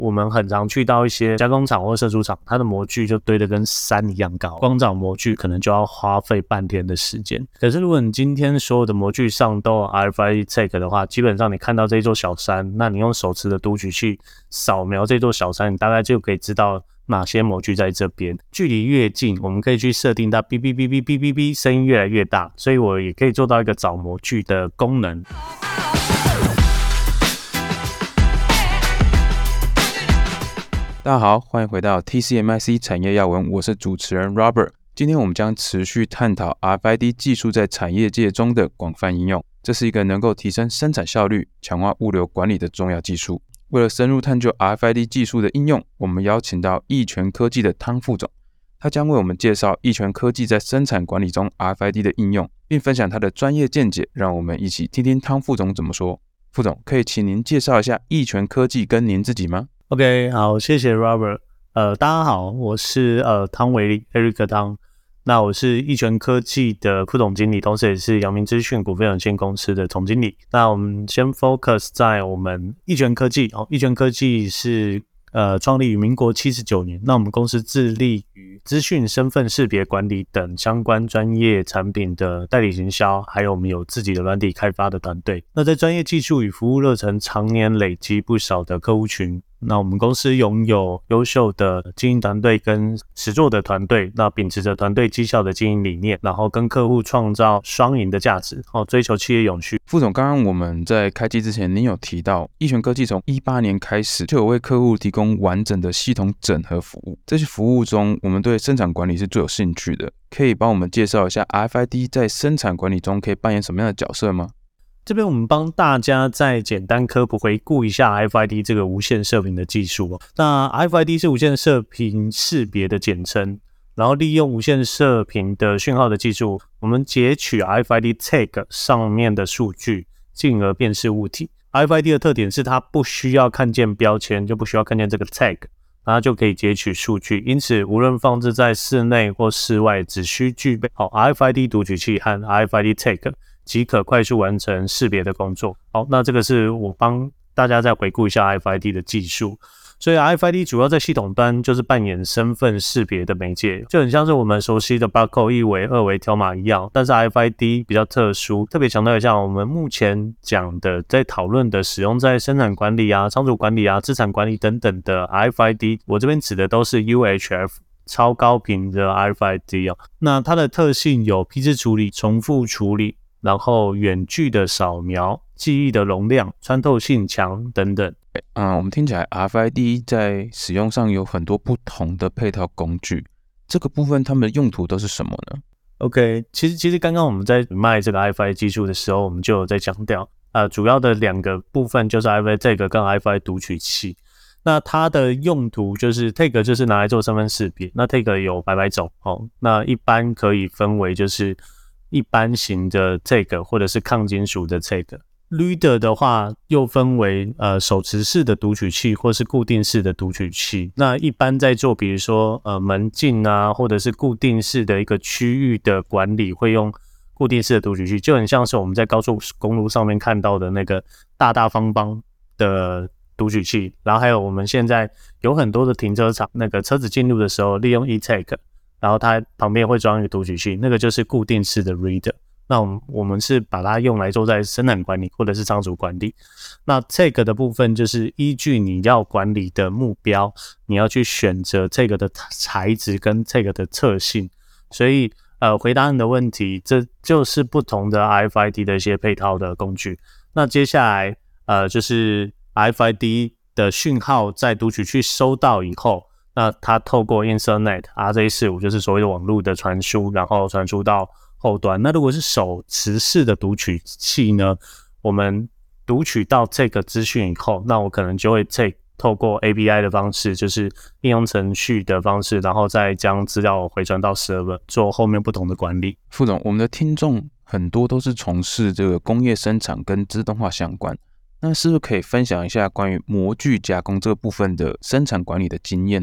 我们很常去到一些加工厂或射出厂，它的模具就堆得跟山一样高，光找模具可能就要花费半天的时间。可是如果你今天所有的模具上都有 RFID tag 的话，基本上你看到这座小山，那你用手持的读取器扫描这座小山，你大概就可以知道哪些模具在这边。距离越近，我们可以去设定它哔哔哔哔哔哔哔，声音越来越大，所以我也可以做到一个找模具的功能。 大家好，欢迎回到 TCMIC 产业要闻，我是主持人 Robert。今天我们将持续探讨 RFID 技术在产业界中的广泛应用。这是一个能够提升生产效率、强化物流管理的重要技术。为了深入探究 RFID 技术的应用，我们邀请到益全科技的汤副总，他将为我们介绍益全科技在生产管理中 RFID 的应用，并分享他的专业见解。让我们一起听听汤副总怎么说。副总，可以请您介绍一下益全科技跟您自己吗？ OK， 好，谢谢 Robert。大家好，我是汤维利 Eric 汤。那我是益全科技的副总经理，同时也是阳明资讯股份有限公司的总经理。那我们先 focus 在我们益全科技。益全科技是创立于民国79年。那我们公司致力于资讯身份识别管理等相关专业产品的代理行销，还有我们有自己的软体开发的团队。那在专业技术与服务热忱常年累积不少的客户群。那我们公司拥有优秀的经营团队跟实作的团队，那秉持着团队绩效的经营理念，然后跟客户创造双赢的价值，追求企业永续。 副总，刚刚我们在开机之前，您有提到益全科技从18年开始就有为客户提供完整的系统整合服务。这些服务中，我们对生产管理是最有兴趣的，可以帮我们介绍一下 RFID 在生产管理中可以扮演什么样的角色吗？ 这边我们帮大家再简单科普回顾一下 RFID 这个无线射频的技术。那 RFID 是无线射频识别的简称，然后利用无线射频的讯号的技术，我们截取 RFID tag 上面的数据，进而辨识物体。RFID 的特点是它不需要看见标签，就不需要看见这个 tag， 它就可以截取数据，因此无论放置在室内或室外，只需具备RFID 读取器和 RFID tag，即可快速完成识别的工作。好，那这个是我帮大家再回顾一下 RFID 的技术。所以 RFID 主要在系统端就是扮演身份识别的媒介，就很像是我们熟悉的 barcode 一维、二维条码一样，但是 RFID 比较特殊，特别强调一下我们目前讲的在讨论的使用在生产管理啊、仓储管理啊、资产管理等等的 RFID， 我这边指的都是 UHF。超高频的 RFID 那它的特性有批次处理、重复处理，然后远距的扫描、记忆的容量、穿透性强等等。 我们听起来 RFID 在使用上有很多不同的配套工具，这个部分它们的用途都是什么呢？ OK， 其实刚刚我们在卖这个 RFID 技术的时候，我们就有在强调主要的两个部分就是 RFID tag 跟 RFID 读取器。那它的用途就是 tag 就是拿来做身份识别，那 tag 有百种那一般可以分为就是一般型的 tag 或者是抗金属的 tag。Reader 的话又分为手持式的读取器或是固定式的读取器。那一般在做比如说门禁啊或者是固定式的一个区域的管理，会用固定式的读取器，就很像是我们在高速公路上面看到的那个大方方的读取器。然后还有我们现在有很多的停车场，那个车子进入的时候利用 eTag， 然后它旁边会装一个读取器，那个就是固定式的 reader。那我们是把它用来做在生产管理或者是仓储管理。那 tag 的部分就是依据你要管理的目标，你要去选择 tag 的材质跟 tag 的特性。所以回答你的问题，这就是不同的 RFID 的一些配套的工具。那接下来就是 RFID 的讯号在读取器收到以后，那它透过 Ethernet RJ45 就是所谓的网络的传输，然后传输到后端。那如果是手持式的读取器呢，我们读取到这个资讯以后，那我可能就会透过 API 的方式，就是应用程序的方式，然后再将资料回传到 server 做后面不同的管理。 副总，我们的听众很多都是从事这个工业生产跟自动化相关，那是不是可以分享一下关于模具加工这个部分的生产管理的经验呢？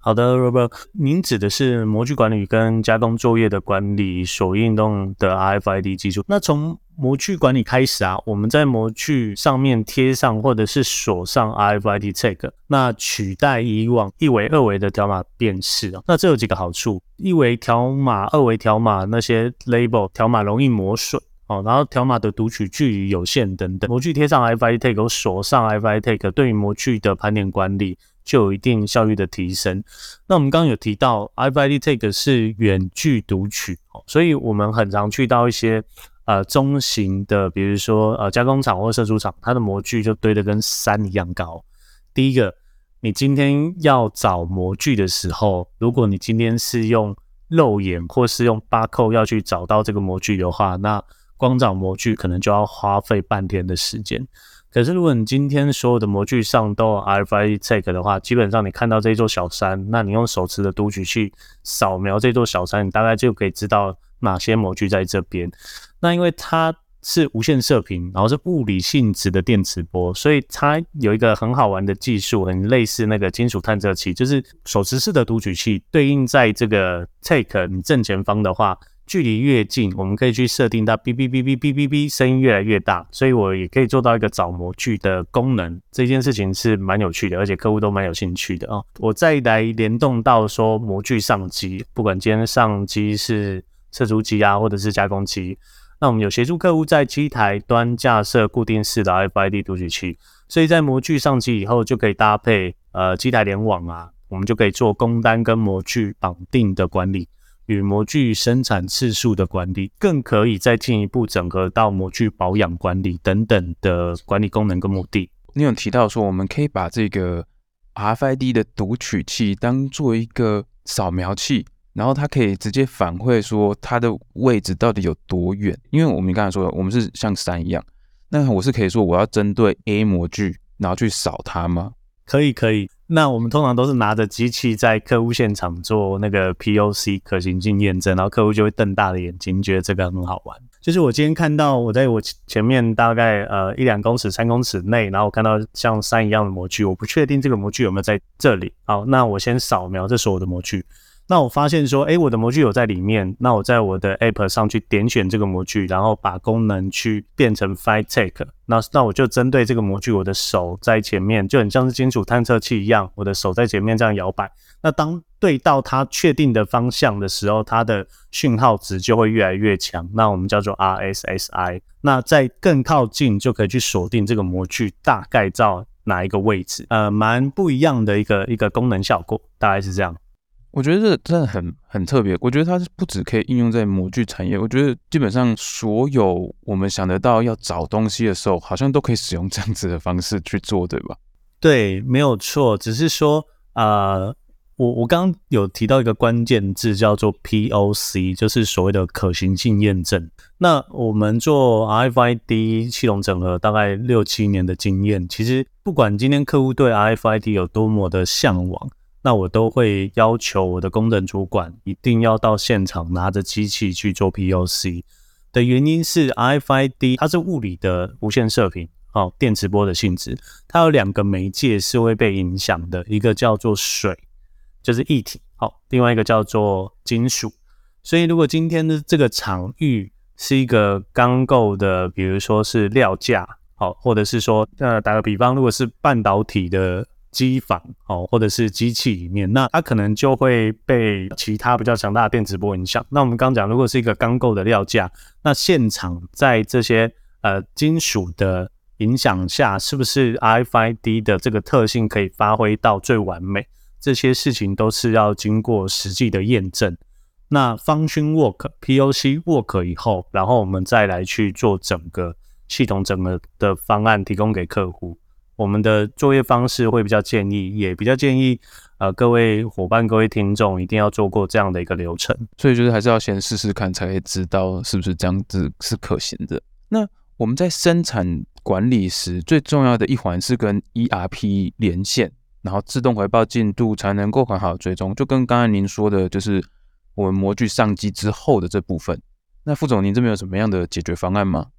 好的 Robert， 您指的是模具管理跟加工作业的管理所应用的 RFID 技术。那从模具管理开始啊，我们在模具上面贴上或者是锁上 RFID tag， 那取代以往一维、二维的条码辨识啊。那这有几个好处：一维条码、二维条码那些 label 条码容易磨损。然后条码的读取距离有限等等，模具贴上 RFID tag 锁上 RFID tag， 对于模具的盘点管理就有一定效率的提升。那我们刚刚有提到 RFID tag 是远距读取，所以我们很常去到一些中型的，比如说加工厂或射出厂，它的模具就堆得跟山一样高。第一个，你今天要找模具的时候，如果你今天是用肉眼或是用barcode要去找到这个模具的话，那光找模具可能就要花费半天的时间。可是如果你今天所有的模具上都有 RFID tag 的话，基本上你看到这座小山，那你用手持的读取器扫描这座小山，你大概就可以知道哪些模具在这边。那因为它是无线射频，然后是物理性质的电磁波，所以它有一个很好玩的技术，很类似那个金属探测器，就是手持式的读取器对应在这个 tag 你正前方的话，距离越近，我们可以去设定它哔哔哔哔哔哔哔声音越来越大，所以我也可以做到一个找模具的功能。这件事情是蛮有趣的，而且客户都蛮有兴趣的哦。我再来联动到说模具上机，不管今天上机是射出机啊，或者是加工机，那我们有协助客户在机台端架设固定式的 RFID 读取器，所以在模具上机以后就可以搭配机台联网啊，我们就可以做工单跟模具绑定的管理。与模具生产次数的管理，更可以再进一步整合到模具保养管理等等的管理功能跟目的。 你有提到说，我们可以把这个 RFID 的读取器当做一个扫描器，然后它可以直接反馈说它的位置到底有多远。因为我们刚才说的，我们是像山一样，那我是可以说我要针对 A 模具，然后去扫它吗？ 可以。那我们通常都是拿着机器在客户现场做那个 POC 可行性验证，然后客户就会瞪大的眼睛，觉得这个很好玩。就是我今天看到我在我前面大概1-2公尺、3公尺内，然后我看到像山一样的模具，我不确定这个模具有没有在这里。好，那我先扫描这所有的模具。那我发现说，我的模具有在里面，那我在我的 App 上去点选这个模具，然后把功能去变成 Find Tag， 那我就针对这个模具，我的手在前面，就很像是金属探测器一样，我的手在前面这样摇摆。那当对到它确定的方向的时候，它的讯号值就会越来越强，那我们叫做 RSSI。那在更靠近就可以去锁定这个模具大概在哪一个位置，蛮不一样的一个功能效果，大概是这样。 我觉得这真的很特别，我觉得它不只可以应用在模具产业，我觉得基本上所有我们想得到要找东西的时候，好像都可以使用这样子的方式去做，对吧？ 对，没有错，只是说我刚刚有提到一个关键字叫做 POC， 就是所谓的可行性验证。那我们做 RFID 系统整合大概6-7年的经验，其实不管今天客户对 RFID 有多么的向往，那我都会要求我的工程主管一定要到现场拿着机器去做 POC 的原因是 RFID 它是物理的无线射频，电磁波的性质，它有2个媒介是会被影响的，一个叫做水，就是液体，另外一个叫做金属。所以如果今天的这个场域是一个钢构的，比如说是料架，或者是说打个比方，如果是半导体的机房或者是机器里面，那它可能就会被其他比较强大的电磁波影响。那我们刚讲，如果是一个钢构的料架，那现场在这些金属的影响下，是不是 RFID 的这个特性可以发挥到最完美？这些事情都是要经过实际的验证。那 function work、POC work 以后，然后我们再来去做整个系统整个的方案提供给客户。我们的作业方式会比较建议，也比较建议各位伙伴、各位听众一定要做过这样的一个流程。 所以就是还是要先试试看，才可以知道是不是这样子是可行的。那我们在生产管理时，最重要的一环是跟 ERP 连线，然后自动回报进度，才能够很好的追踪。就跟刚才您说的，就是我们模具上机之后的这部分。那副总，您这边有什么样的解决方案吗？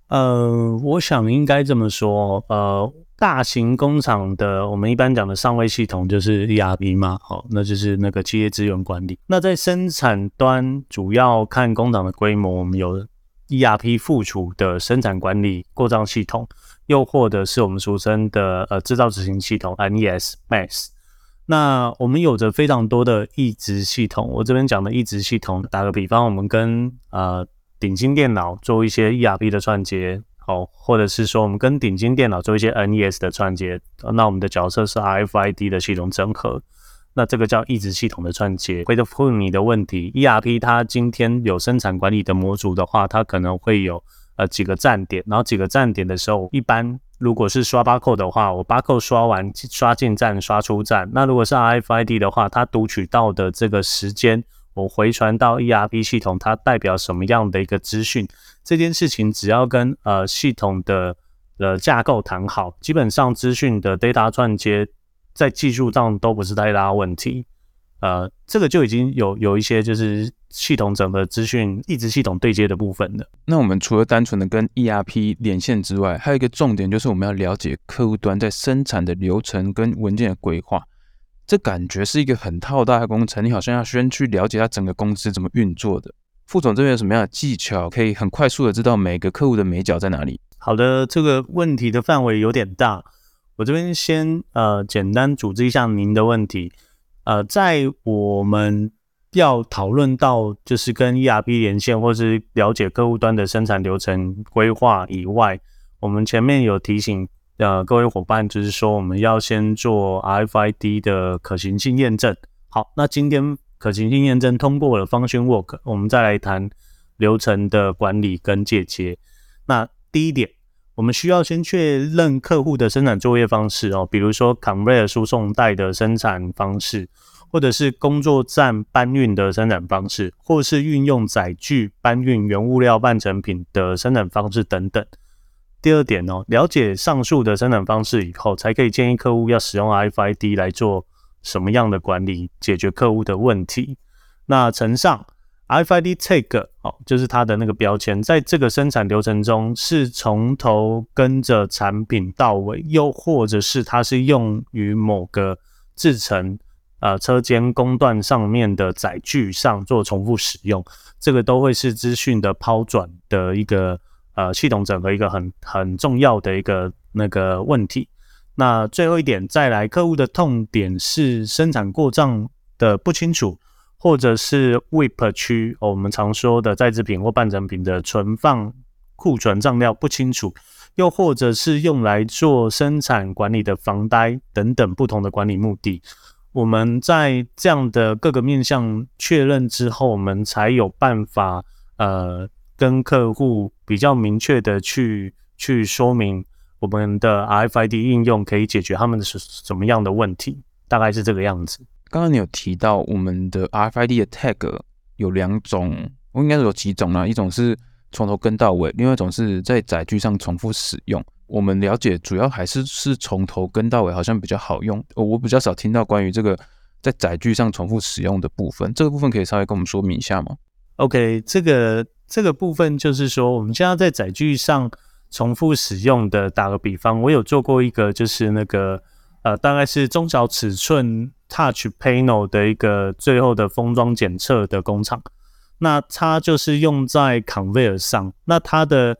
我想应该这么说，大型工厂的我们一般讲的上位系统就是 ERP 嘛，那就是那个企业资源管理。那在生产端主要看工厂的规模，我们有 ERP 附属的生产管理过账系统，又或者是我们俗称的制造执行系统 MES。那我们有着非常多的异质系统，我这边讲的异质系统，打个比方，我们跟鼎新电脑做一些 ERP 的串接，或者是说我们跟鼎新电脑做一些 NES 的串接，那我们的角色是 RFID 的系统整合，那这个叫异质系统的串接。回复你的问题 ，ERP 它今天有生产管理的模组的话，它可能会有几个站点，然后几个站点的时候，一般如果是刷barcode的话，我barcode刷完刷进站刷出站，那如果是 RFID 的话，它读取到的这个时间我回传到 ERP 系统，它代表什么样的一个资讯，这件事情只要跟系统的架构谈好，基本上资讯的 data 串接在技术上都不是太大问题。这个就已经有一些就是系统整合资讯异质系统对接的部分了。 那我们除了单纯的跟 ERP 连线之外，还有一个重点就是我们要了解客户端在生产的流程跟文件的规划。这感觉是一个很浩大的工程，你好像要先去了解它整个公司怎么运作的。副总这边有什么样的技巧可以很快速的知道每个客户的美角在哪里？ 好的，这个问题的范围有点大，我这边先简单组织一下您的问题。在我们要讨论到就是跟 ERP 连线或是了解客户端的生产流程规划以外，我们前面有提醒各位伙伴，就是说我们要先做 RFID 的可行性验证。好，那今天可行性验证通过了 function work， 我们再来谈流程的管理跟借接。那第一点，我们需要先确认客户的生产作业方式比如说 conveyor 输送带的生产方式，或者是工作站搬运的生产方式，或是运用载具搬运原物料半成品的生产方式等等。第二点了解上述的生产方式以后，才可以建议客户要使用 RFID 来做什么样的管理，解决客户的问题。那承上RFID tag 就是它的那个标签，在这个生产流程中是从头跟着产品到尾，又或者是它是用于某个制程车间工段上面的载具上做重复使用，这个都会是资讯的抛转的一个系统整合一个很重要的一个那个问题。那最后一点再来，客户的痛点是生产过账的不清楚，或者是 WIP 区我们常说的在制品或半成品的存放库存账料不清楚，又或者是用来做生产管理的防呆等等不同的管理目的。我们在这样的各个面向确认之后，我们才有办法跟客户比较明确的去说明我们的 RFID 应用可以解决他们什么样的问题，大概是这个样子。 刚刚你有提到我们的 RFID 的 tag 有两种，我应该是有几种啦，一种是从头跟到尾，另外一种是在载具上重复使用。我们了解主要还是从头跟到尾好像比较好用，我比较少听到关于这个在载具上重复使用的部分，这个部分可以稍微跟我们说明一下吗？ OK， 这个部分就是说我们现在在载具上重复使用的，打个比方，我有做过一个就是那个大概是中小尺寸 Touch Panel 的一个最后的封装检测的工厂，那它就是用在 Conveyor 上，那它的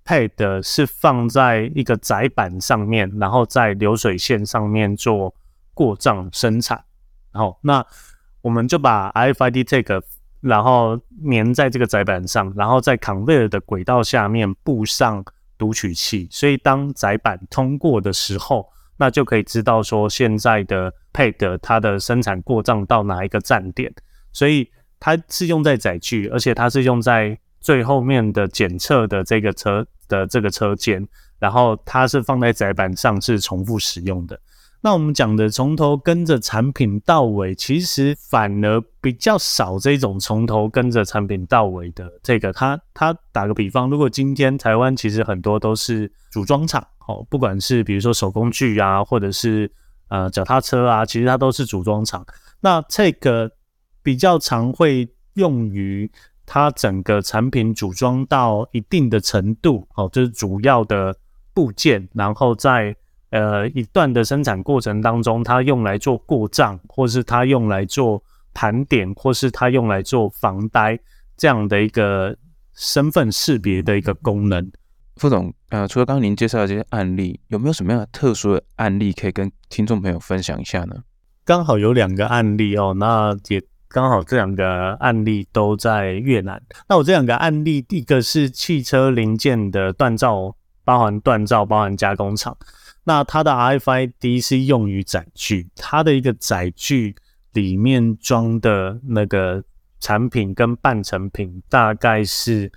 Pad 是放在一个载板上面，然后在流水线上面做过账生产，然后那我们就把 RFID tag 然后粘在这个载板上，然后在 Conveyor 的轨道下面布上读取器，所以当载板通过的时候，那就可以知道说现在的 Pad 它的生产过账到哪一个站点，所以它是用在载具，而且它是用在最后面的检测的这个车间，然后它是放在载板上是重复使用的。那我们讲的从头跟着产品到尾，其实反而比较少这种从头跟着产品到尾的这个。它打个比方，如果今天台湾其实很多都是组装厂，不管是比如说手工具啊，或者是脚踏车啊，其实它都是组装厂。那这个比较常会用于它整个产品组装到一定的程度，就是主要的部件，然后在一段的生产过程当中，它用来做过账，或是它用来做盘点，或是它用来做防呆这样的一个身份识别的一个功能。 副总，除了刚刚您介绍的这些案例，有没有什么样的特殊的案例可以跟听众朋友分享一下呢？ 刚好有2个案例那也刚好这2个案例都在越南。那我这2个案例，第一个是汽车零件的锻造，包含锻造，包含加工厂。那它的 RFID 是用于载具，它的一个载具里面装的那个产品跟半成品大概是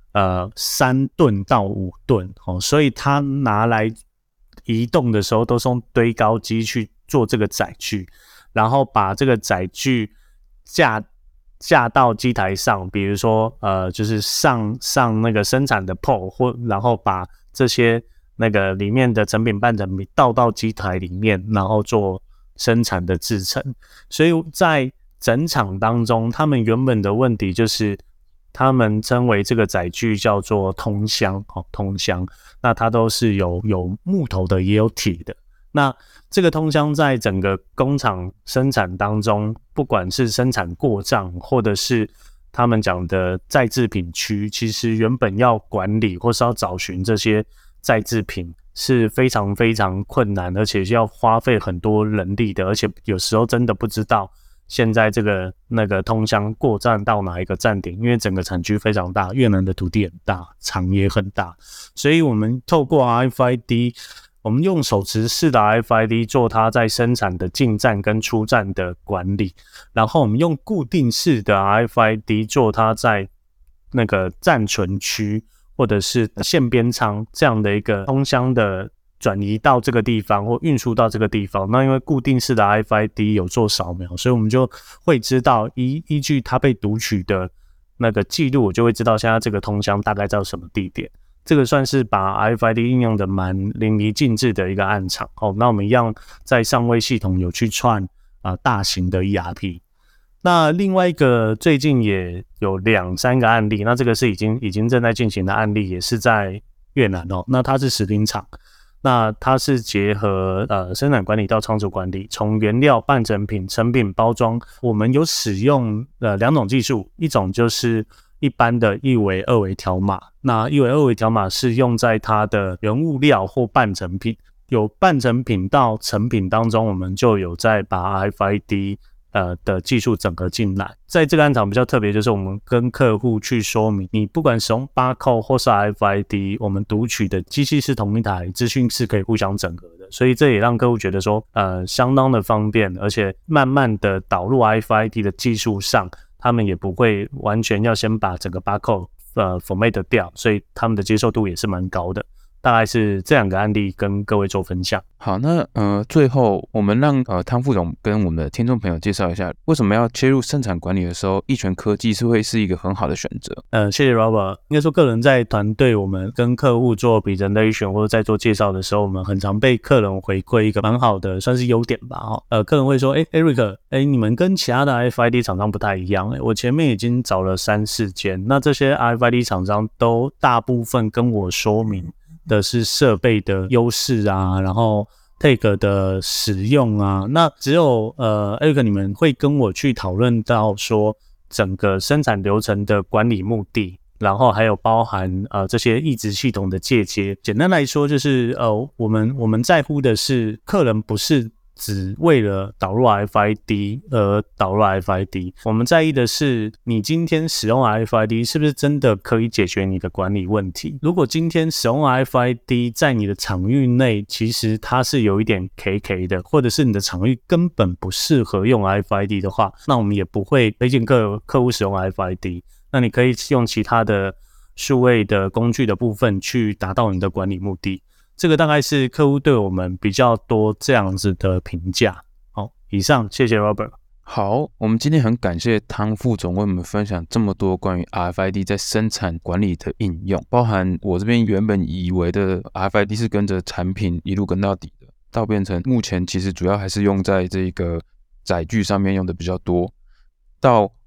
3吨到5吨所以它拿来移动的时候都是用堆高机去做这个载具，然后把这个载具架到机台上，比如说就是上那个生产的 pole， 然后把这些那个里面的成品半成品倒到机台里面，然后做生产的制程。所以在整场当中，他们原本的问题就是他们称为这个载具叫做通箱通箱，那它都是有木头的也有铁的。那这个通箱在整个工厂生产当中，不管是生产过账，或者是他们讲的再制品区，其实原本要管理或是要找寻这些再制品是非常非常困难，而且要花费很多人力的，而且有时候真的不知道现在这个那个通箱过站到哪一个站点，因为整个产区非常大，越南的土地很大，厂也很大，所以我们透过 RFID， 我们用手持式的 RFID 做它在生产的进站跟出站的管理，然后我们用固定式的 RFID 做它在那个暂存区或者是线边仓这样的一个通箱的转移到这个地方或运输到这个地方。那因为固定式的 RFID 有做扫描，所以我们就会知道依据它被读取的那个记录，我就会知道现在这个通箱大概在什么地点。这个算是把 RFID 应用的蛮淋漓尽致的一个案场。那我们一样在上位系统有去串大型的 ERP。那另外一个最近也有2-3个案例，那这个是已经正在进行的案例，也是在越南那它是食品厂，那它是结合生产管理到仓储管理，从原料、半成品、成品、包装，我们有使用2种技术，一种就是一般的1维、2维条码，那1维、2维条码是用在它的原物料或半成品，有半成品到成品当中，我们就有在把 RFID的技术整合进来。在这个案场比较特别，就是我们跟客户去说明，你不管使用 barcode 或是 RFID， 我们读取的机器是同一台，资讯是可以互相整合的，所以这也让客户觉得说相当的方便，而且慢慢的导入 RFID 的技术上，他们也不会完全要先把整个 barcode format 掉，所以他们的接受度也是蛮高的。大概是这2个案例跟各位做分享。 好，那最后我们让汤副总跟我们的听众朋友介绍一下，为什么要切入生产管理的时候，一拳科技会是一个很好的选择。 谢谢 Robert。应该说个人在团队我们跟客户做 presentation 或者在做介绍的时候，我们很常被客人回馈一个蛮好的算是优点吧。客人会说Eric， 你们跟其他的 RFID 厂商不太一样，我前面已经找了3-4间，那这些 RFID 厂商都大部分跟我说明的是设备的优势然后 tag 的使用那只有Eric 你们会跟我去讨论到说整个生产流程的管理目的，然后还有包含这些抑制系统的借接。简单来说就是我们在乎的是客人不是只为了导入 RFID 而导入 RFID， 我们在意的是你今天使用 RFID 是不是真的可以解决你的管理问题。如果今天使用 RFID 在你的场域内其实它是有一点 KK 的，或者是你的场域根本不适合用 RFID 的话，那我们也不会推荐客户使用 RFID。 那你可以用其他的数位的工具的部分去达到你的管理目的。这个大概是客户对我们比较多这样子的评价。好，以上谢谢 Robert。 好，我们今天很感谢汤副总为我们分享这么多关于 RFID 在生产管理的应用，包含我这边原本以为的 RFID 是跟着产品一路跟到底的，到变成目前其实主要还是用在这个载具上面用的比较多，到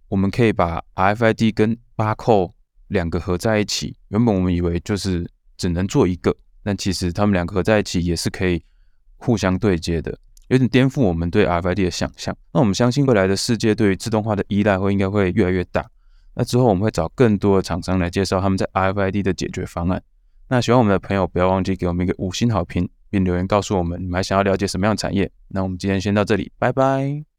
我们可以把 RFID 跟 Barcode 两个合在一起。原本我们以为就是只能做一个，但其实他们两个合在一起也是可以互相对接的，有点颠覆我们对 RFID 的想象。那我们相信未来的世界对于自动化的依赖应该会越来越大。那之后我们会找更多的厂商来介绍他们在 RFID 的解决方案。那喜欢我们的朋友不要忘记给我们一个5星好评，并留言告诉我们你们还想要了解什么样的产业。那我们今天先到这里，拜拜。